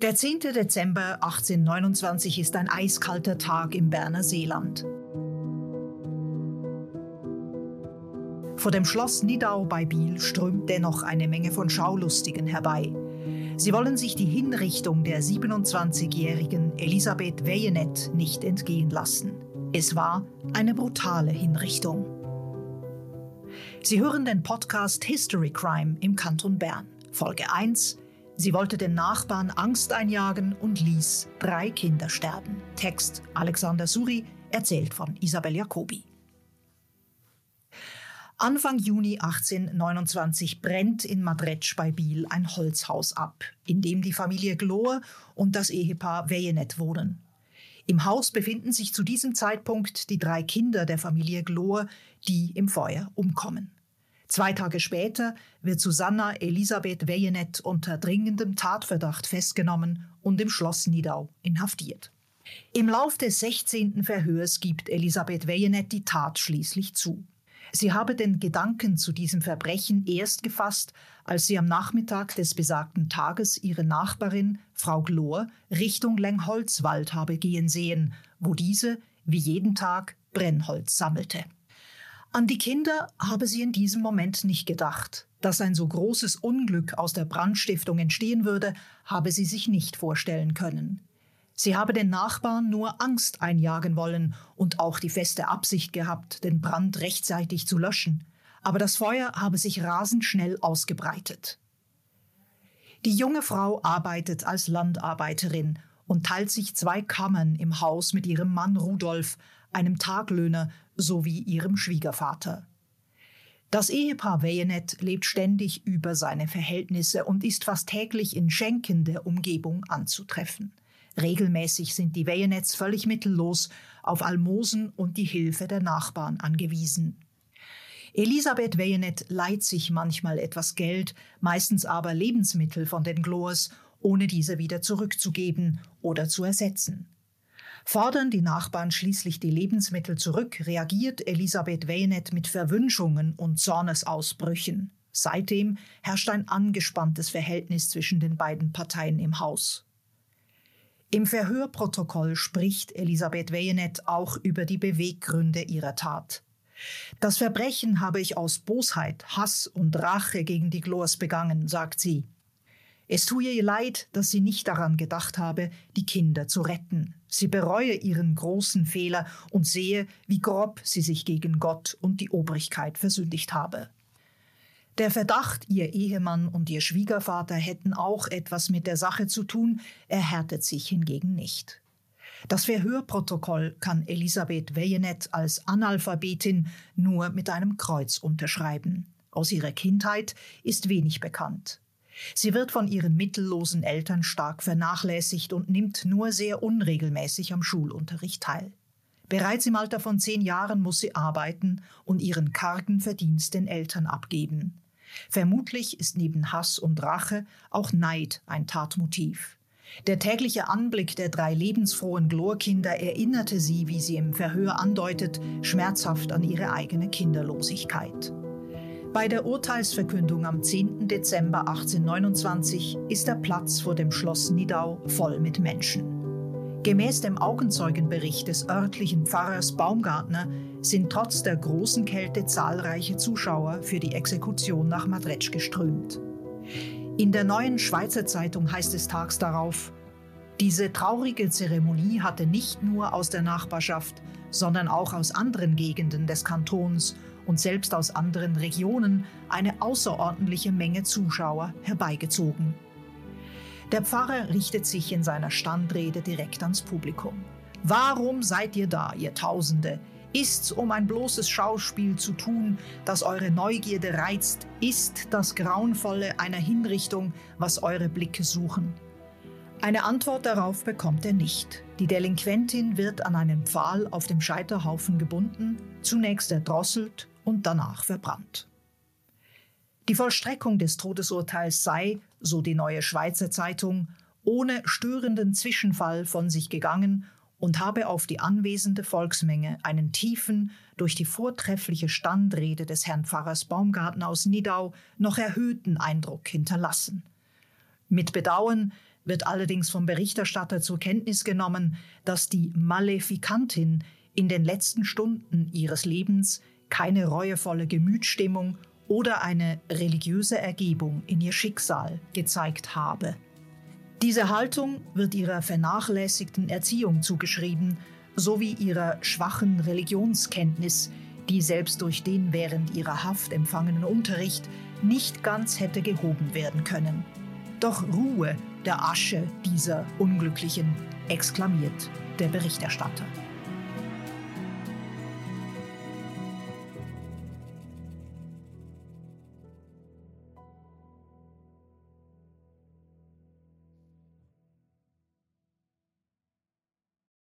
Der 10. Dezember 1829 ist ein eiskalter Tag im Berner Seeland. Vor dem Schloss Nidau bei Biel strömt dennoch eine Menge von Schaulustigen herbei. Sie wollen sich die Hinrichtung der 27-jährigen Elisabeth Weyeneth nicht entgehen lassen. Es war eine brutale Hinrichtung. Sie hören den Podcast History Crime im Kanton Bern. Folge 1. Sie wollte den Nachbarn Angst einjagen und ließ 3 Kinder sterben. Text Alexander Suri, erzählt von Isabel Jacobi. Anfang Juni 1829 brennt in Madretsch bei Biel ein Holzhaus ab, in dem die Familie Glohr und das Ehepaar Weyeneth wohnen. Im Haus befinden sich zu diesem Zeitpunkt die 3 Kinder der Familie Glohr, die im Feuer umkommen. 2 Tage später wird Susanna Elisabeth Weyeneth unter dringendem Tatverdacht festgenommen und im Schloss Nidau inhaftiert. Im Lauf des 16. Verhörs gibt Elisabeth Weyeneth die Tat schließlich zu. Sie habe den Gedanken zu diesem Verbrechen erst gefasst, als sie am Nachmittag des besagten Tages ihre Nachbarin, Frau Glohr, Richtung Lengholzwald habe gehen sehen, wo diese, wie jeden Tag, Brennholz sammelte. An die Kinder habe sie in diesem Moment nicht gedacht. Dass ein so großes Unglück aus der Brandstiftung entstehen würde, habe sie sich nicht vorstellen können. Sie habe den Nachbarn nur Angst einjagen wollen und auch die feste Absicht gehabt, den Brand rechtzeitig zu löschen. Aber das Feuer habe sich rasend schnell ausgebreitet. Die junge Frau arbeitet als Landarbeiterin und teilt sich 2 Kammern im Haus mit ihrem Mann Rudolf, einem Taglöhner, sowie ihrem Schwiegervater. Das Ehepaar Weyeneth lebt ständig über seine Verhältnisse und ist fast täglich in Schenken der Umgebung anzutreffen. Regelmäßig sind die Weyeneths völlig mittellos auf Almosen und die Hilfe der Nachbarn angewiesen. Elisabeth Weyeneth leiht sich manchmal etwas Geld, meistens aber Lebensmittel von den Glohrs, ohne diese wieder zurückzugeben oder zu ersetzen. Fordern die Nachbarn schließlich die Lebensmittel zurück, reagiert Elisabeth Weyeneth mit Verwünschungen und Zornesausbrüchen. Seitdem herrscht ein angespanntes Verhältnis zwischen den beiden Parteien im Haus. Im Verhörprotokoll spricht Elisabeth Weyeneth auch über die Beweggründe ihrer Tat. Das Verbrechen habe ich aus Bosheit, Hass und Rache gegen die Glohrs begangen, sagt sie. Es tue ihr leid, dass sie nicht daran gedacht habe, die Kinder zu retten. Sie bereue ihren großen Fehler und sehe, wie grob sie sich gegen Gott und die Obrigkeit versündigt habe. Der Verdacht, ihr Ehemann und ihr Schwiegervater hätten auch etwas mit der Sache zu tun, erhärtet sich hingegen nicht. Das Verhörprotokoll kann Elisabeth Weyeneth als Analphabetin nur mit einem Kreuz unterschreiben. Aus ihrer Kindheit ist wenig bekannt. Sie wird von ihren mittellosen Eltern stark vernachlässigt und nimmt nur sehr unregelmäßig am Schulunterricht teil. Bereits im Alter von 10 Jahren muss sie arbeiten und ihren kargen Verdienst den Eltern abgeben. Vermutlich ist neben Hass und Rache auch Neid ein Tatmotiv. Der tägliche Anblick der 3 lebensfrohen Glohrkinder erinnerte sie, wie sie im Verhör andeutet, schmerzhaft an ihre eigene Kinderlosigkeit. Bei der Urteilsverkündung am 10. Dezember 1829 ist der Platz vor dem Schloss Nidau voll mit Menschen. Gemäß dem Augenzeugenbericht des örtlichen Pfarrers Baumgartner sind trotz der großen Kälte zahlreiche Zuschauer für die Exekution nach Madretsch geströmt. In der Neuen Schweizer Zeitung heißt es tags darauf: Diese traurige Zeremonie hatte nicht nur aus der Nachbarschaft, sondern auch aus anderen Gegenden des Kantons und selbst aus anderen Regionen eine außerordentliche Menge Zuschauer herbeigezogen. Der Pfarrer richtet sich in seiner Standrede direkt ans Publikum. Warum seid ihr da, ihr Tausende? Ist's, um ein bloßes Schauspiel zu tun, das eure Neugierde reizt? Ist das Grauenvolle einer Hinrichtung, was eure Blicke suchen? Eine Antwort darauf bekommt er nicht. Die Delinquentin wird an einen Pfahl auf dem Scheiterhaufen gebunden, zunächst erdrosselt und danach verbrannt. Die Vollstreckung des Todesurteils sei, so die Neue Schweizer Zeitung, ohne störenden Zwischenfall von sich gegangen und habe auf die anwesende Volksmenge einen tiefen, durch die vortreffliche Standrede des Herrn Pfarrers Baumgartner aus Nidau noch erhöhten Eindruck hinterlassen. Mit Bedauern wird allerdings vom Berichterstatter zur Kenntnis genommen, dass die Malefikantin in den letzten Stunden ihres Lebens keine reuevolle Gemütsstimmung oder eine religiöse Ergebung in ihr Schicksal gezeigt habe. Diese Haltung wird ihrer vernachlässigten Erziehung zugeschrieben, sowie ihrer schwachen Religionskenntnis, die selbst durch den während ihrer Haft empfangenen Unterricht nicht ganz hätte gehoben werden können. Doch Ruhe der Asche dieser Unglücklichen, exklamiert der Berichterstatter.